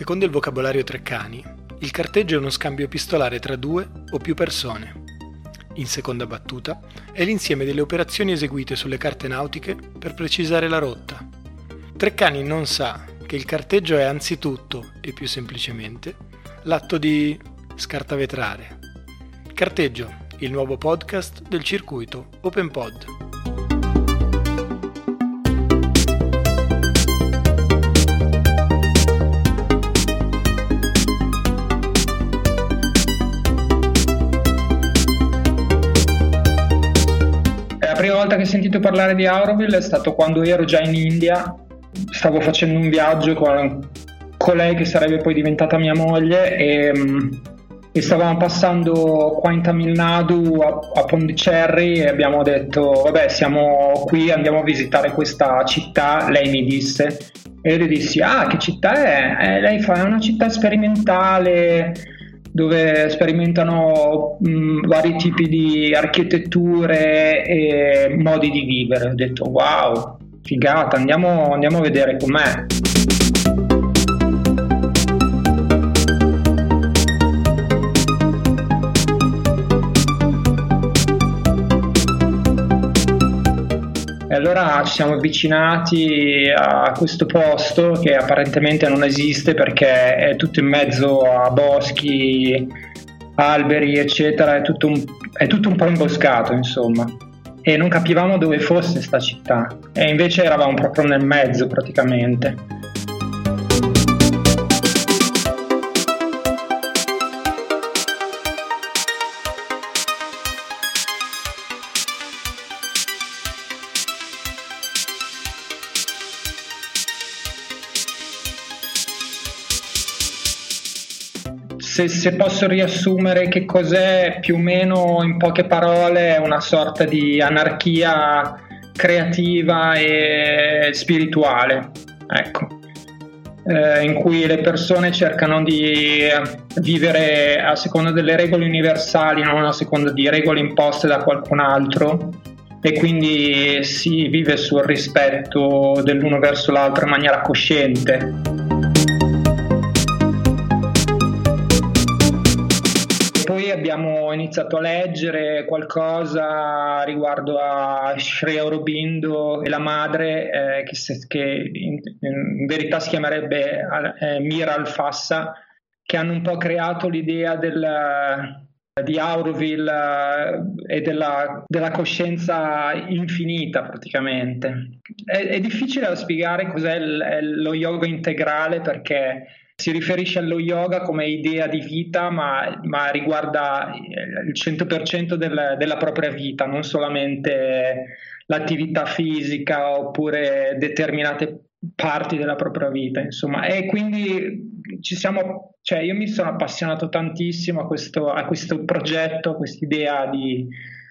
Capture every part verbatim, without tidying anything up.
Secondo il vocabolario Treccani, il carteggio è uno scambio epistolare tra due o più persone. In seconda battuta, è l'insieme delle operazioni eseguite sulle carte nautiche per precisare la rotta. Treccani non sa che il carteggio è anzitutto, e più semplicemente, l'atto di scartavetrare. Carteggio, il nuovo podcast del circuito OpenPod. La prima volta che ho sentito parlare di Auroville è stato quando ero già in India, stavo facendo un viaggio con colei che sarebbe poi diventata mia moglie e, e stavamo passando qua in Tamil Nadu a, a Pondicherry e abbiamo detto vabbè siamo qui, andiamo a visitare questa città. Lei mi disse e io le dissi ah che città è? E lei fa è una città sperimentale dove sperimentano mh, vari tipi di architetture e modi di vivere. Ho detto wow, figata, andiamo, andiamo a vedere com'è. E allora ci siamo avvicinati a questo posto che apparentemente non esiste perché è tutto in mezzo a boschi, alberi, eccetera, è tutto un, è tutto un po' imboscato, insomma. E non capivamo dove fosse sta città. E invece eravamo proprio nel mezzo, praticamente. Se, se posso riassumere che cos'è più o meno in poche parole, è una sorta di anarchia creativa e spirituale, ecco, eh, in cui le persone cercano di vivere a seconda delle regole universali, non a seconda di regole imposte da qualcun altro, e quindi si vive sul rispetto dell'uno verso l'altro in maniera cosciente. Poi abbiamo iniziato a leggere qualcosa riguardo a Sri Aurobindo e la madre, eh, che, se, che in, in verità si chiamerebbe eh, Mira Alfassa, che hanno un po' creato l'idea del, di Auroville eh, e della, della coscienza infinita praticamente. È, è difficile da spiegare cos'è il, lo yoga integrale perché si riferisce allo yoga come idea di vita, ma, ma riguarda il cento per cento del, della propria vita, non solamente l'attività fisica oppure determinate parti della propria vita, insomma. E quindi ci siamo, cioè io mi sono appassionato tantissimo a questo, a questo progetto, a quest'idea di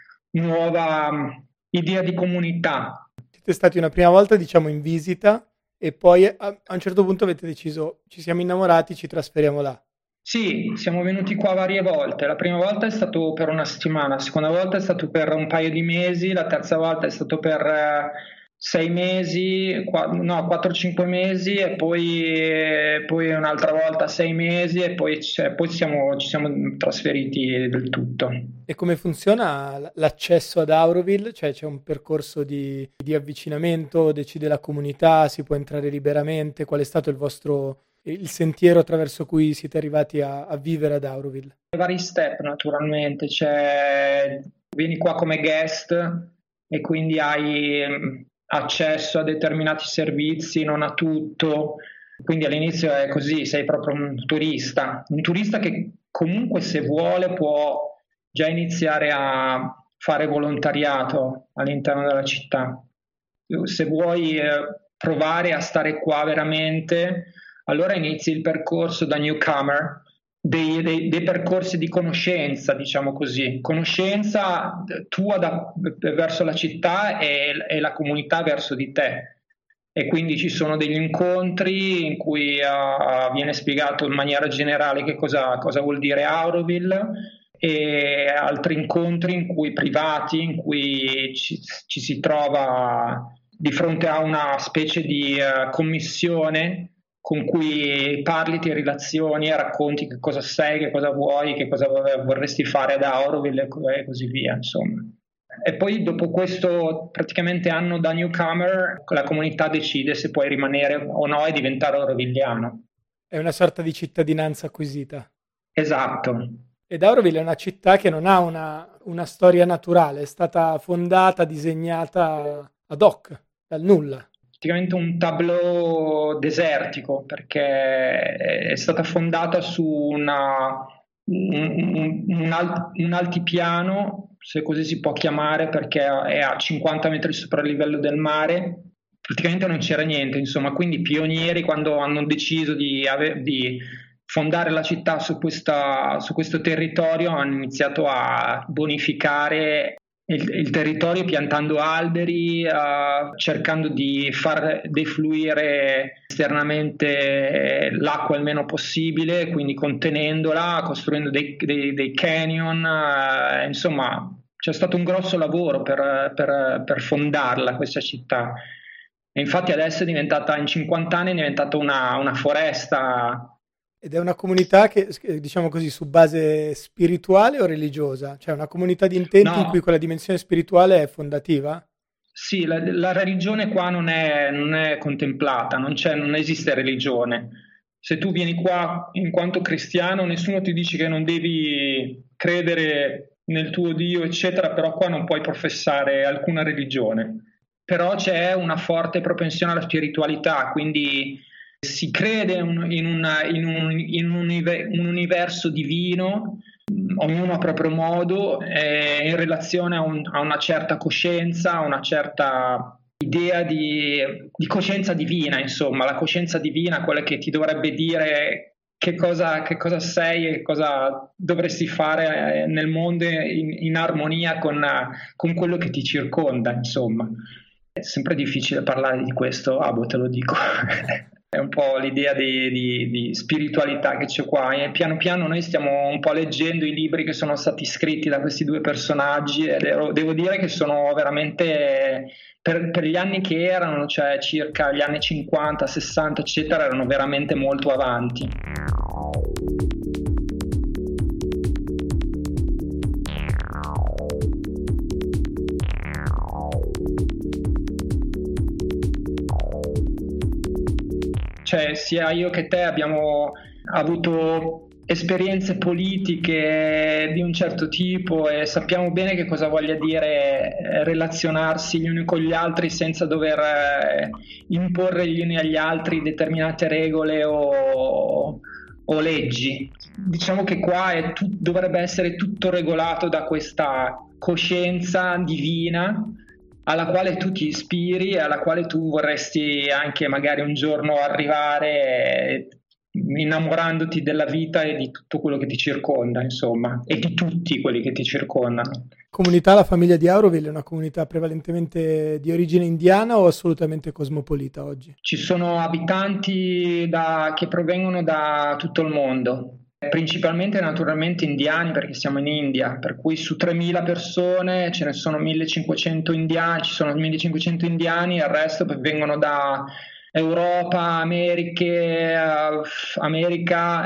nuova idea di comunità. Siete stati una prima volta, diciamo, in visita. E poi a, a un certo punto avete deciso, ci siamo innamorati, ci trasferiamo là. Sì, siamo venuti qua varie volte. La prima volta è stato per una settimana, la seconda volta è stato per un paio di mesi, la terza volta è stato per eh, sei mesi, qua, no, quattro cinque mesi e poi, eh, poi un'altra volta sei mesi e poi, cioè, poi siamo, ci siamo trasferiti del tutto. E come funziona l'accesso ad Auroville? Cioè c'è un percorso di, di avvicinamento, decide la comunità, si può entrare liberamente? Qual è stato il vostro il sentiero attraverso cui siete arrivati a, a vivere ad Auroville? Vari step naturalmente, cioè, vieni qua come guest e quindi hai accesso a determinati servizi, non a tutto, quindi all'inizio è così, sei proprio un turista, un turista che comunque se vuole può già iniziare a fare volontariato all'interno della città. Se vuoi eh, provare a stare qua veramente, allora inizi il percorso da newcomer, dei, dei, dei percorsi di conoscenza, diciamo così, conoscenza tua da, verso la città e, e la comunità verso di te. E quindi ci sono degli incontri in cui uh, viene spiegato in maniera generale che cosa, cosa vuol dire Auroville, e altri incontri in cui privati, in cui ci, ci si trova di fronte a una specie di uh, commissione con cui parli, ti relazioni e racconti che cosa sei, che cosa vuoi, che cosa vorresti fare ad Auroville e così via, insomma. E poi dopo questo praticamente anno da newcomer, la comunità decide se puoi rimanere o no e diventare aurovigliano. È una sorta di cittadinanza acquisita. Esatto. Ed Auroville è una città che non ha una, una storia naturale, è stata fondata, disegnata ad hoc, dal nulla. Praticamente un tableau desertico, perché è stata fondata su una, un, un, un, alt, un altipiano, se così si può chiamare, perché è a cinquanta metri sopra il livello del mare. Praticamente non c'era niente, insomma, quindi i pionieri, quando hanno deciso di, ave- di fondare la città su, questa, su questo territorio, hanno iniziato a bonificare il, il territorio piantando alberi, uh, cercando di far defluire esternamente l'acqua il meno possibile, quindi contenendola, costruendo dei, dei, dei canyon, uh, insomma c'è stato un grosso lavoro per, per, per fondarla questa città. E infatti adesso è diventata, in cinquanta anni è diventata una, una foresta. Ed è una comunità che, diciamo così, su base spirituale o religiosa? Cioè una comunità di intenti No. in cui quella dimensione spirituale è fondativa? Sì, la, la religione qua non è, non è contemplata, non, c'è, non esiste religione. Se tu vieni qua in quanto cristiano, nessuno ti dice che non devi credere nel tuo Dio, eccetera, però qua non puoi professare alcuna religione. Però c'è una forte propensione alla spiritualità, quindi si crede in, una, in, un, in un, un universo divino, ognuno a proprio modo, eh, in relazione a, un, a una certa coscienza, a una certa idea di, di coscienza divina, insomma, la coscienza divina, quella che ti dovrebbe dire che cosa, che cosa sei e cosa dovresti fare nel mondo in, in armonia con, con quello che ti circonda, insomma. È sempre difficile parlare di questo, Abo, te lo dico. È un po' l'idea di, di, di spiritualità che c'è qua. E piano piano noi stiamo un po' leggendo i libri che sono stati scritti da questi due personaggi e devo dire che sono veramente, per, per gli anni che erano, cioè circa gli anni cinquanta, sessanta, eccetera, erano veramente molto avanti. Cioè, sia io che te abbiamo avuto esperienze politiche di un certo tipo e sappiamo bene che cosa voglia dire relazionarsi gli uni con gli altri senza dover imporre gli uni agli altri determinate regole o, o leggi. Diciamo che qua è tu, dovrebbe essere tutto regolato da questa coscienza divina alla quale tu ti ispiri e alla quale tu vorresti anche magari un giorno arrivare, innamorandoti della vita e di tutto quello che ti circonda, insomma, e di tutti quelli che ti circondano. Comunità, la famiglia di Auroville è una comunità prevalentemente di origine indiana o assolutamente cosmopolita oggi? Ci sono abitanti da, che provengono da tutto il mondo. Principalmente naturalmente indiani, perché siamo in India, per cui su tremila persone ce ne sono millecinquecento indiani, ci sono millecinquecento indiani, e il resto vengono da Europa, Americhe, uh, America,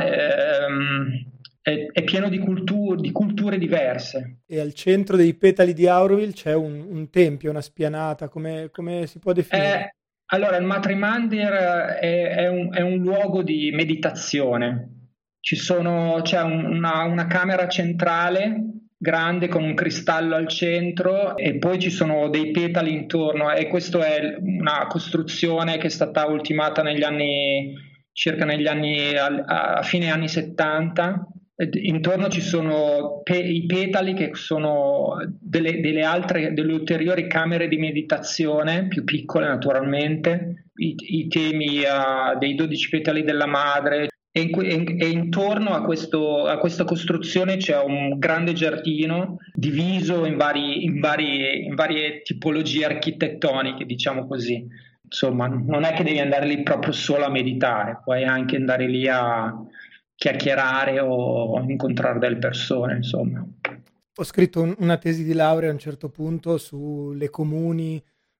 ehm, è, è pieno di, culture, di culture diverse. E al centro dei petali di Auroville c'è un, un tempio, una spianata, come, come si può definire? Eh, allora, il Matri Mandir è, è, un, è un luogo di meditazione. Ci sono, c'è un, una, una camera centrale grande con un cristallo al centro e poi ci sono dei petali intorno, e questa è una costruzione che è stata ultimata negli anni, circa negli anni, a, a fine anni settanta. Intorno ci sono pe- i petali che sono delle, delle altre, delle ulteriori camere di meditazione più piccole naturalmente, i, i temi uh, dei dodici petali della madre. E, in, e intorno a, questo, a questa costruzione c'è un grande giardino diviso in, vari, in, vari, in varie tipologie architettoniche, diciamo così. Insomma, non è che devi andare lì proprio solo a meditare, puoi anche andare lì a chiacchierare o incontrare delle persone, insomma. Ho scritto un, una tesi di laurea a un certo punto sulle comuni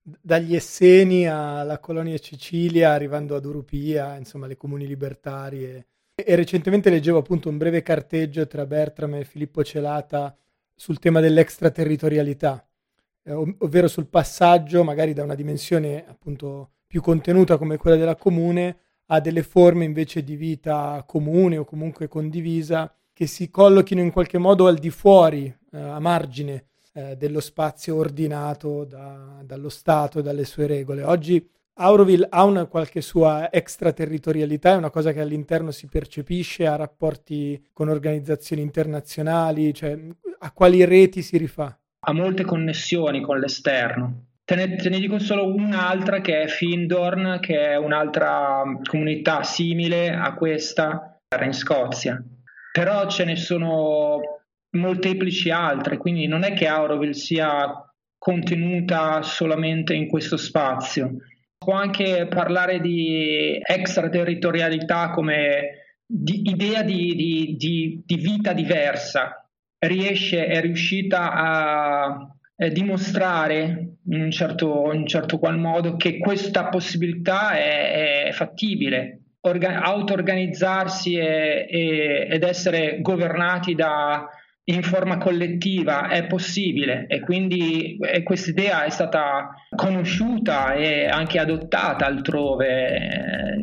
dagli Esseni alla colonia Sicilia, arrivando ad Urupia, insomma le comuni libertarie. E, e recentemente leggevo appunto un breve carteggio tra Bertram e Filippo Celata sul tema dell'extraterritorialità, eh, ov- ovvero sul passaggio magari da una dimensione appunto più contenuta come quella della comune a delle forme invece di vita comune o comunque condivisa che si collochino in qualche modo al di fuori, eh, a margine eh, dello spazio ordinato da- dallo Stato e dalle sue regole. Oggi Auroville ha una qualche sua extraterritorialità, è una cosa che all'interno si percepisce, ha rapporti con organizzazioni internazionali, cioè a quali reti si rifà? Ha molte connessioni con l'esterno. Te ne, te ne dico solo un'altra che è Findorn, che è un'altra comunità simile a questa in Scozia. Però ce ne sono molteplici altre, quindi non è che Auroville sia contenuta solamente in questo spazio. Può anche parlare di extraterritorialità come di idea di, di, di, di vita diversa. Riesce, è riuscita a eh, dimostrare in un certo, in un certo qual modo che questa possibilità è, è fattibile. Orga- auto-organizzarsi e, e, ed essere governati da, in forma collettiva è possibile e quindi questa idea è stata conosciuta e anche adottata altrove.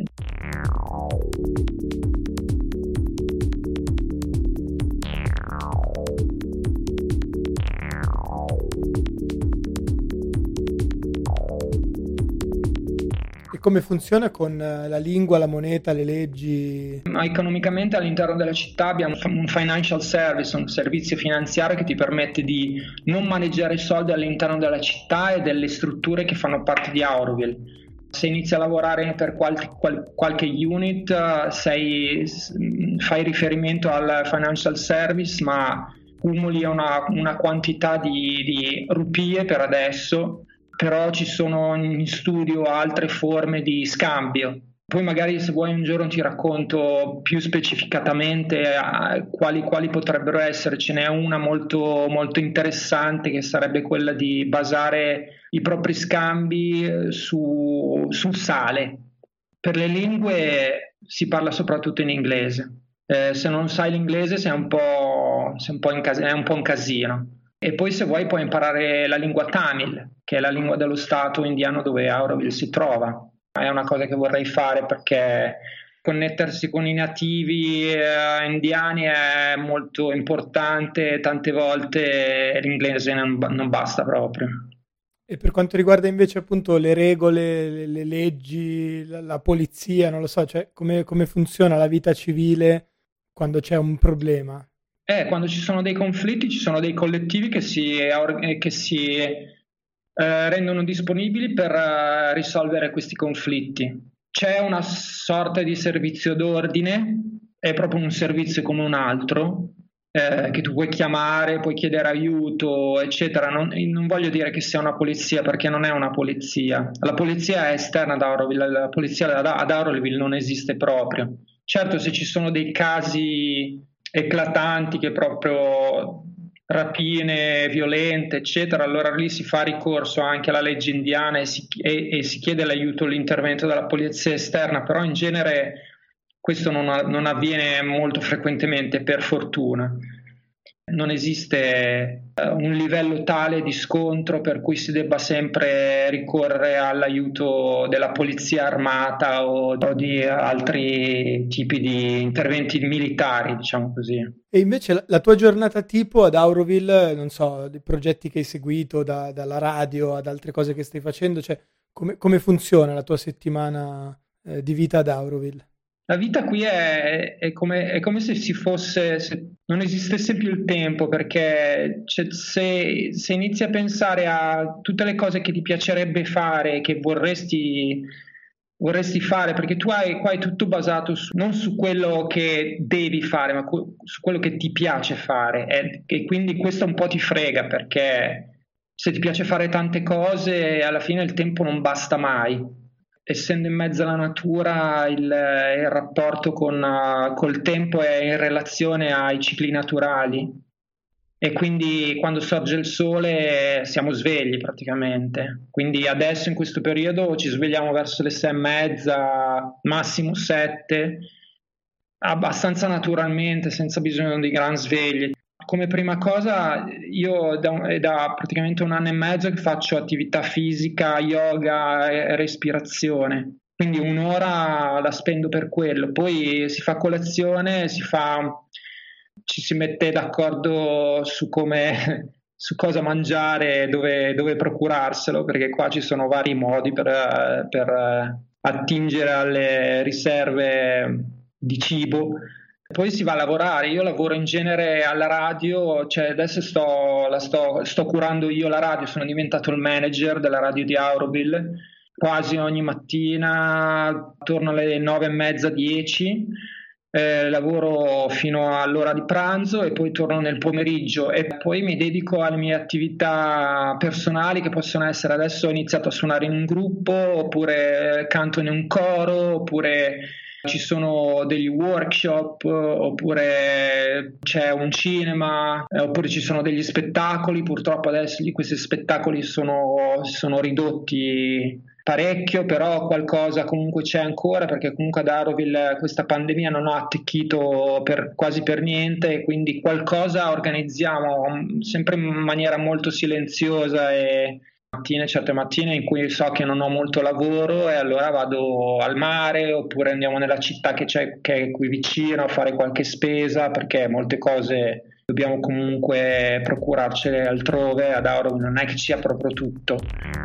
E come funziona con eh, la lingua, la moneta, le leggi? Economicamente all'interno della città abbiamo un financial service, un servizio finanziario che ti permette di non maneggiare i soldi all'interno della città e delle strutture che fanno parte di Auroville. Se inizi a lavorare per qualche, qual, qualche unit sei, fai riferimento al financial service, ma cumuli una, una quantità di, di rupie per adesso, però ci sono in studio altre forme di scambio. Poi magari se vuoi un giorno ti racconto più specificatamente eh, quali, quali potrebbero essere. Ce n'è una molto, molto interessante che sarebbe quella di basare i propri scambi su, sul sale. Per le lingue si parla soprattutto in inglese. Eh, se non sai l'inglese sei un po', sei un po' in cas- è un po' un casino. E poi se vuoi puoi imparare la lingua Tamil, che è la lingua dello stato indiano dove Auroville si trova. È una cosa che vorrei fare perché connettersi con i nativi eh, indiani è molto importante, tante volte l'inglese non, non basta proprio. E per quanto riguarda invece appunto le regole, le, le leggi, la, la polizia, non lo so, cioè come, come funziona la vita civile quando c'è un problema? Eh, quando ci sono dei conflitti ci sono dei collettivi che si, che si eh, rendono disponibili per eh, risolvere questi conflitti. C'è una sorta di servizio d'ordine, è proprio un servizio come un altro, eh, che tu puoi chiamare, puoi chiedere aiuto, eccetera. Non, non voglio dire che sia una polizia perché non è una polizia. La polizia è esterna ad Auroville, la polizia ad Auroville non esiste proprio. Certo, se ci sono dei casi eclatanti che proprio rapine violente eccetera, allora lì si fa ricorso anche alla legge indiana e si, e, e si chiede l'aiuto, l'intervento della polizia esterna, però in genere questo non, non avviene molto frequentemente, per fortuna. Non esiste un livello tale di scontro per cui si debba sempre ricorrere all'aiuto della polizia armata o, o di altri tipi di interventi militari, diciamo così. E invece la, la tua giornata tipo ad Auroville, non so, i progetti che hai seguito da- dalla radio ad altre cose che stai facendo, cioè come, come funziona la tua settimana eh, di vita ad Auroville? La vita qui è, è come, è come se si fosse, se non esistesse più il tempo, perché c'è- se, se inizi a pensare a tutte le cose che ti piacerebbe fare, che vorresti, vorresti fare, perché tu hai, qua è tutto basato su- non su quello che devi fare, ma cu- su quello che ti piace fare. E, e quindi questo un po' ti frega, perché se ti piace fare tante cose, alla fine il tempo non basta mai. Essendo in mezzo alla natura, il, il rapporto con, uh, col tempo è in relazione ai cicli naturali e quindi quando sorge il sole siamo svegli praticamente. Quindi adesso in questo periodo ci svegliamo verso le sei e mezza, massimo sette, abbastanza naturalmente, senza bisogno di gran sveglie. Come prima cosa io da, è da praticamente un anno e mezzo che faccio attività fisica, yoga e respirazione, quindi un'ora la spendo per quello. Poi si fa colazione, si fa, ci si mette d'accordo su come, su cosa mangiare, dove, dove procurarselo, perché qua ci sono vari modi per, per attingere alle riserve di cibo. Poi si va a lavorare. Io lavoro in genere alla radio, cioè adesso sto, la sto, sto curando io la radio, sono diventato il manager della radio di Auroville. Quasi ogni mattina attorno alle nove e mezza, dieci, eh, lavoro fino all'ora di pranzo e poi torno nel pomeriggio e poi mi dedico alle mie attività personali, che possono essere: adesso ho iniziato a suonare in un gruppo, oppure canto in un coro, oppure ci sono degli workshop, oppure c'è un cinema, oppure ci sono degli spettacoli. Purtroppo adesso questi spettacoli sono, sono ridotti parecchio, però qualcosa comunque c'è ancora, perché comunque ad Auroville questa pandemia non ha attecchito per, quasi per niente, e quindi qualcosa organizziamo sempre in maniera molto silenziosa, e mattine, certe mattine in cui so che non ho molto lavoro e allora vado al mare, oppure andiamo nella città che c'è, che è qui vicino, a fare qualche spesa, perché molte cose dobbiamo comunque procurarcele altrove. Ad Auroville non è che ci sia proprio tutto.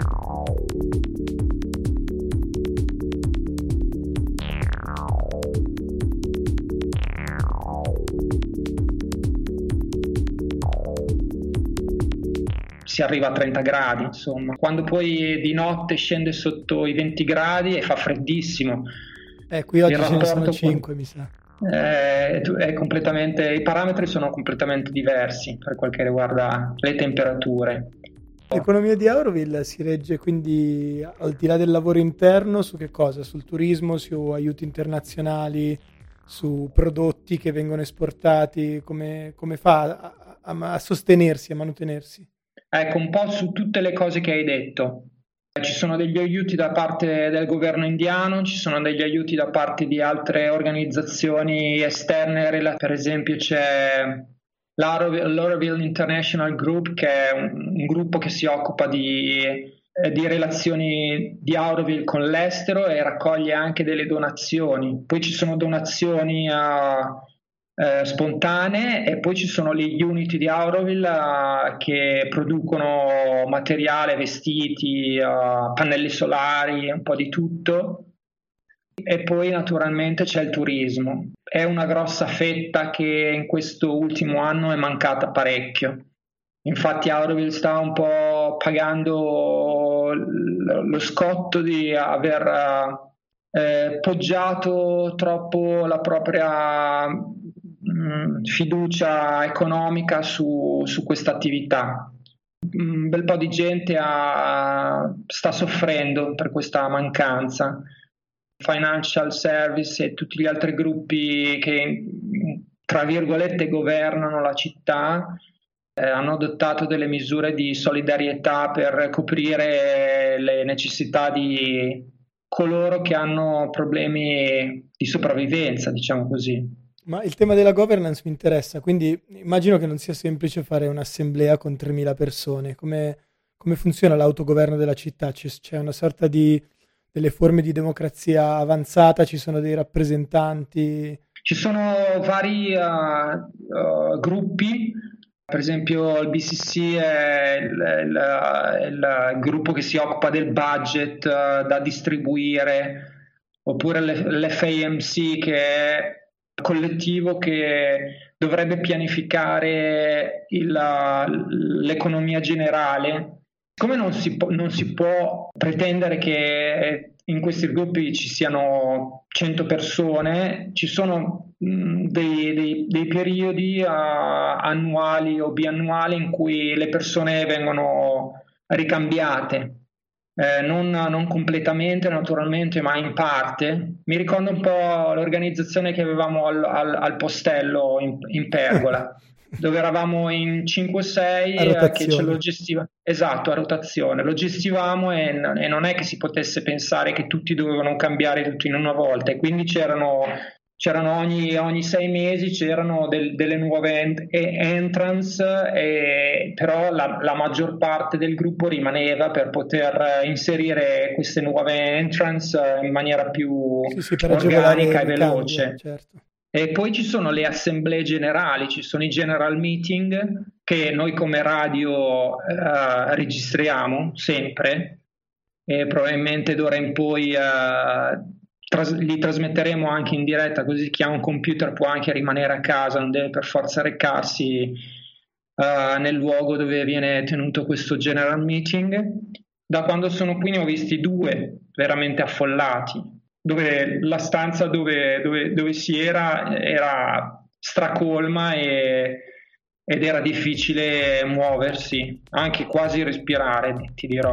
Si arriva a trenta gradi, insomma. Quando poi di notte scende sotto i venti gradi e fa freddissimo. Eh, qui oggi ce ne sono cinque, mi sa. È, è completamente, i parametri sono completamente diversi per quel che riguarda le temperature. L'economia di Auroville si regge quindi, al di là del lavoro interno, su che cosa? Sul turismo, su aiuti internazionali, su prodotti che vengono esportati? Come, come fa a, a, a sostenersi, a mantenersi? Ecco, un po' su tutte le cose che hai detto. Ci sono degli aiuti da parte del governo indiano, ci sono degli aiuti da parte di altre organizzazioni esterne. Per esempio c'è l'Auroville International Group, che è un, un gruppo che si occupa di, eh, di relazioni di Auroville con l'estero e raccoglie anche delle donazioni. Poi ci sono donazioni a Eh, spontanee, e poi ci sono le unity di Auroville uh, che producono materiale, vestiti, uh, pannelli solari, un po' di tutto. E poi naturalmente c'è il turismo. È una grossa fetta che in questo ultimo anno è mancata parecchio. Infatti Auroville sta un po' pagando l- lo scotto di aver uh, eh, poggiato troppo la propria fiducia economica su, su questa attività. Un bel po' di gente ha, sta soffrendo per questa mancanza. Financial Service e tutti gli altri gruppi che, tra virgolette, governano la città eh, hanno adottato delle misure di solidarietà per coprire le necessità di coloro che hanno problemi di sopravvivenza, diciamo così. Ma il tema della governance mi interessa, quindi immagino che non sia semplice fare un'assemblea con tremila persone. Come, come funziona l'autogoverno della città? C'è, c'è una sorta di delle forme di democrazia avanzata, ci sono dei rappresentanti? Ci sono vari uh, uh, gruppi, per esempio il B C C è il, il, il, il gruppo che si occupa del budget uh, da distribuire, oppure l'F A M C, che è collettivo che dovrebbe pianificare il, l'economia generale. Come non si, può, non si può pretendere che in questi gruppi ci siano cento persone, ci sono mh, dei, dei, dei periodi uh, annuali o biannuali in cui le persone vengono ricambiate. eh, non, non completamente naturalmente, ma in parte. Mi ricorda un po' l'organizzazione che avevamo al, al, al Postello in, in Pergola, dove eravamo in cinque sei eh, che ce lo gestiva, esatto, a rotazione, lo gestivamo e, e non è che si potesse pensare che tutti dovevano cambiare tutto in una volta, e quindi c'erano, c'erano ogni, ogni sei mesi c'erano del, delle nuove ent- entrance, e, però la, la maggior parte del gruppo rimaneva per poter inserire queste nuove entrance in maniera più sì, sì, per organica e veloce. cambio, certo. E poi ci sono le assemblee generali, ci sono i general meeting che noi come radio eh, registriamo sempre, e probabilmente d'ora in poi eh, tras- li trasmetteremo anche in diretta, così chi ha un computer può anche rimanere a casa, non deve per forza recarsi eh, nel luogo dove viene tenuto questo general meeting. Da quando sono qui ne ho visti due veramente affollati, dove la stanza dove, dove, dove si era era stracolma e, ed era difficile muoversi, anche quasi respirare, ti dirò.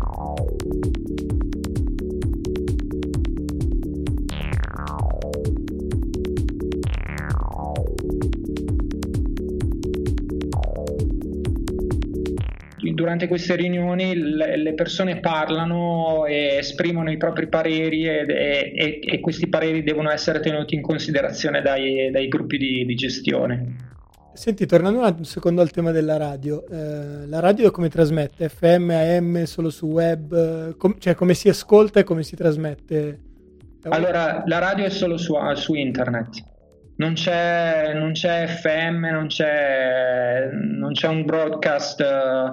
Durante queste riunioni le persone parlano e esprimono i propri pareri, e, e, e questi pareri devono essere tenuti in considerazione dai, dai gruppi di, di gestione. Senti, tornando un secondo al tema della radio, eh, la radio come trasmette? F M, A M, solo su web? Com- cioè come si ascolta e come si trasmette? Allora, la radio è solo su, su internet. Non c'è, non c'è F M, non c'è, non c'è un broadcast.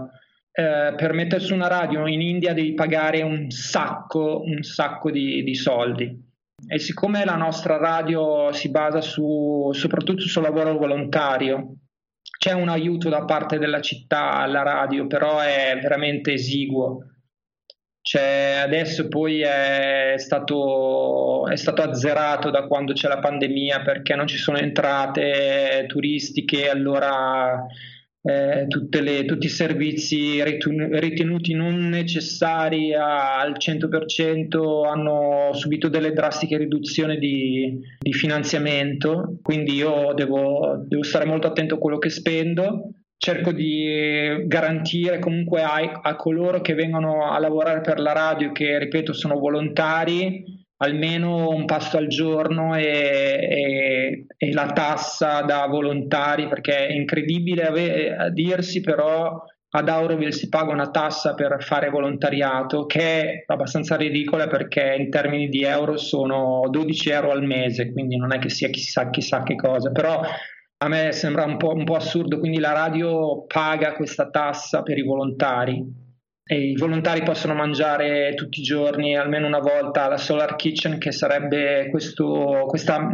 Eh, per mettersi una radio in India devi pagare un sacco, un sacco di, di soldi. E siccome la nostra radio si basa su, soprattutto sul lavoro volontario, c'è un aiuto da parte della città alla radio, però è veramente esiguo. Cioè, adesso poi è stato, è stato azzerato da quando c'è la pandemia, perché non ci sono entrate turistiche, allora eh, tutte le, tutti i servizi ritenuti non necessari al cento per cento hanno subito delle drastiche riduzioni di, di finanziamento, quindi io devo, devo stare molto attento a quello che spendo. Cerco di garantire comunque a, a coloro che vengono a lavorare per la radio, che ripeto sono volontari, almeno un pasto al giorno e, e, e la tassa da volontari, perché è incredibile ave- a dirsi, però ad Auroville si paga una tassa per fare volontariato che è abbastanza ridicola, perché in termini di euro sono dodici euro al mese, quindi non è che sia chissà chissà che cosa, però a me sembra un po', un po' assurdo. Quindi la radio paga questa tassa per i volontari e i volontari possono mangiare tutti i giorni almeno una volta alla Solar Kitchen, che sarebbe questo, questa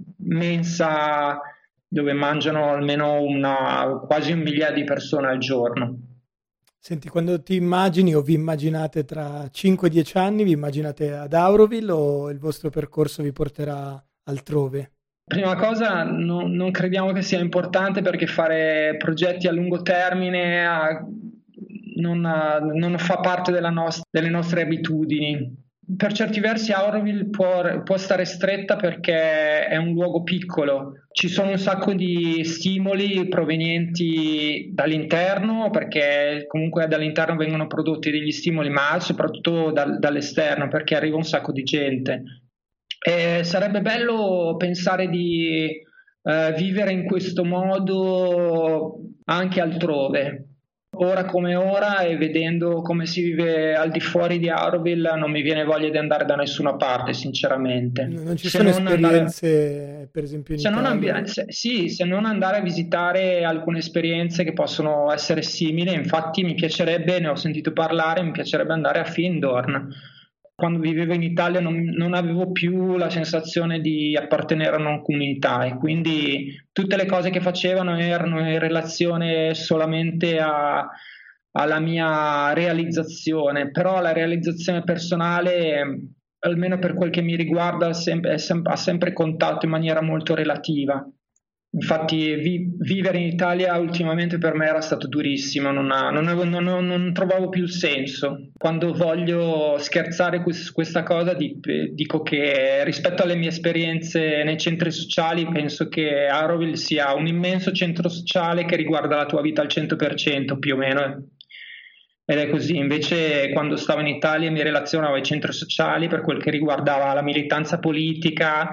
mensa dove mangiano almeno una, quasi un migliaio di persone al giorno. Senti, quando ti immagini o vi immaginate tra cinque dieci anni, vi immaginate ad Auroville o il vostro percorso vi porterà altrove? Prima cosa, no, non crediamo che sia importante, perché fare progetti a lungo termine a, non, a, non fa parte della nost- delle nostre abitudini. Per certi versi Auroville può, può stare stretta perché è un luogo piccolo. Ci sono un sacco di stimoli provenienti dall'interno, perché comunque dall'interno vengono prodotti degli stimoli, ma soprattutto dal, dall'esterno, perché arriva un sacco di gente. Eh, sarebbe bello pensare di eh, vivere in questo modo anche altrove. Ora come ora, e vedendo come si vive al di fuori di Auroville, non mi viene voglia di andare da nessuna parte, sinceramente. Non ci Se sono non esperienze, andare, per esempio in se non Italia? ambi- se, sì, se non andare a visitare alcune esperienze che possono essere simili. Infatti mi piacerebbe, ne ho sentito parlare, mi piacerebbe andare a Findorn. Quando vivevo in Italia non, non avevo più la sensazione di appartenere a una comunità, e quindi tutte le cose che facevano erano in relazione solamente a, alla mia realizzazione, però la realizzazione personale, almeno per quel che mi riguarda, sempre, è sem- ha sempre contato in maniera molto relativa. Infatti vi, vivere in Italia ultimamente per me era stato durissimo, non, ha, non, avevo, non, non trovavo più il senso. Quando voglio scherzare su questa cosa dico che rispetto alle mie esperienze nei centri sociali penso che Auroville sia un immenso centro sociale che riguarda la tua vita al cento per cento più o meno. Ed è così, invece quando stavo in Italia mi relazionavo ai centri sociali per quel che riguardava la militanza politica,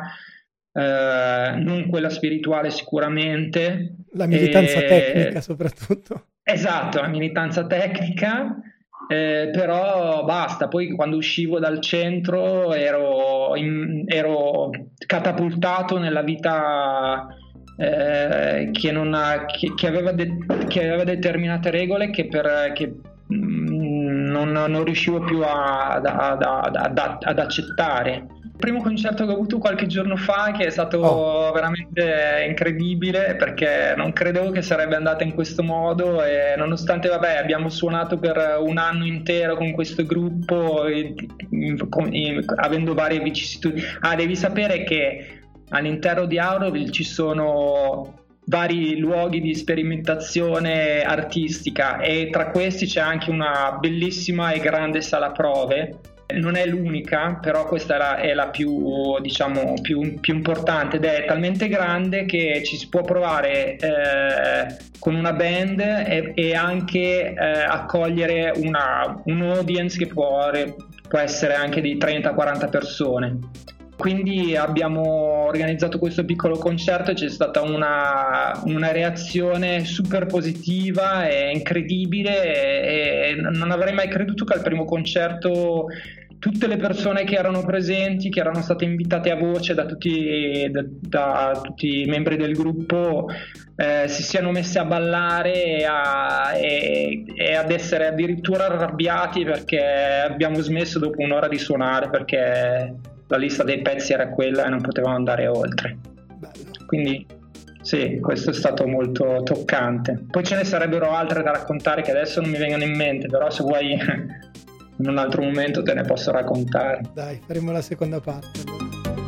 eh, non quella spirituale sicuramente. La militanza e... tecnica soprattutto. Esatto, la militanza tecnica, eh, però basta, poi quando uscivo dal centro ero, in, ero catapultato nella vita eh, che, non ha, che, che, aveva de, che aveva determinate regole che per... Che, Non, non riuscivo più ad, ad, ad, ad accettare. Il primo concerto che ho avuto qualche giorno fa, che è stato oh. veramente incredibile, perché non credevo che sarebbe andata in questo modo, e nonostante vabbè abbiamo suonato per un anno intero con questo gruppo, e, con, e, avendo varie vicissitudini. Ah, devi sapere che all'interno di Auroville ci sono vari luoghi di sperimentazione artistica, e tra questi c'è anche una bellissima e grande sala prove. Non è l'unica, però questa è la, è la più, diciamo, più, più importante, ed è talmente grande che ci si può provare eh, con una band e, e anche eh, accogliere una, un audience che può, può essere anche di trenta quaranta persone. Quindi abbiamo organizzato questo piccolo concerto e c'è stata una, una reazione super positiva e incredibile, e, e non avrei mai creduto che al primo concerto tutte le persone che erano presenti, che erano state invitate a voce da tutti, da, da tutti i membri del gruppo, eh, si siano messe a ballare e, a, e, e ad essere addirittura arrabbiati perché abbiamo smesso dopo un'ora di suonare, perché la lista dei pezzi era quella e non potevamo andare oltre. Bello. Quindi sì, questo è stato molto toccante. Poi ce ne sarebbero altre da raccontare che adesso non mi vengono in mente, però se vuoi in un altro momento te ne posso raccontare. Dai, faremo la seconda parte allora.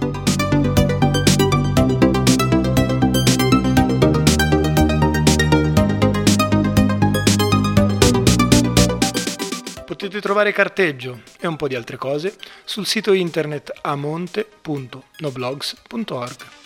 Potete trovare Carteggio e un po' di altre cose sul sito internet amonte punto noblogs punto org.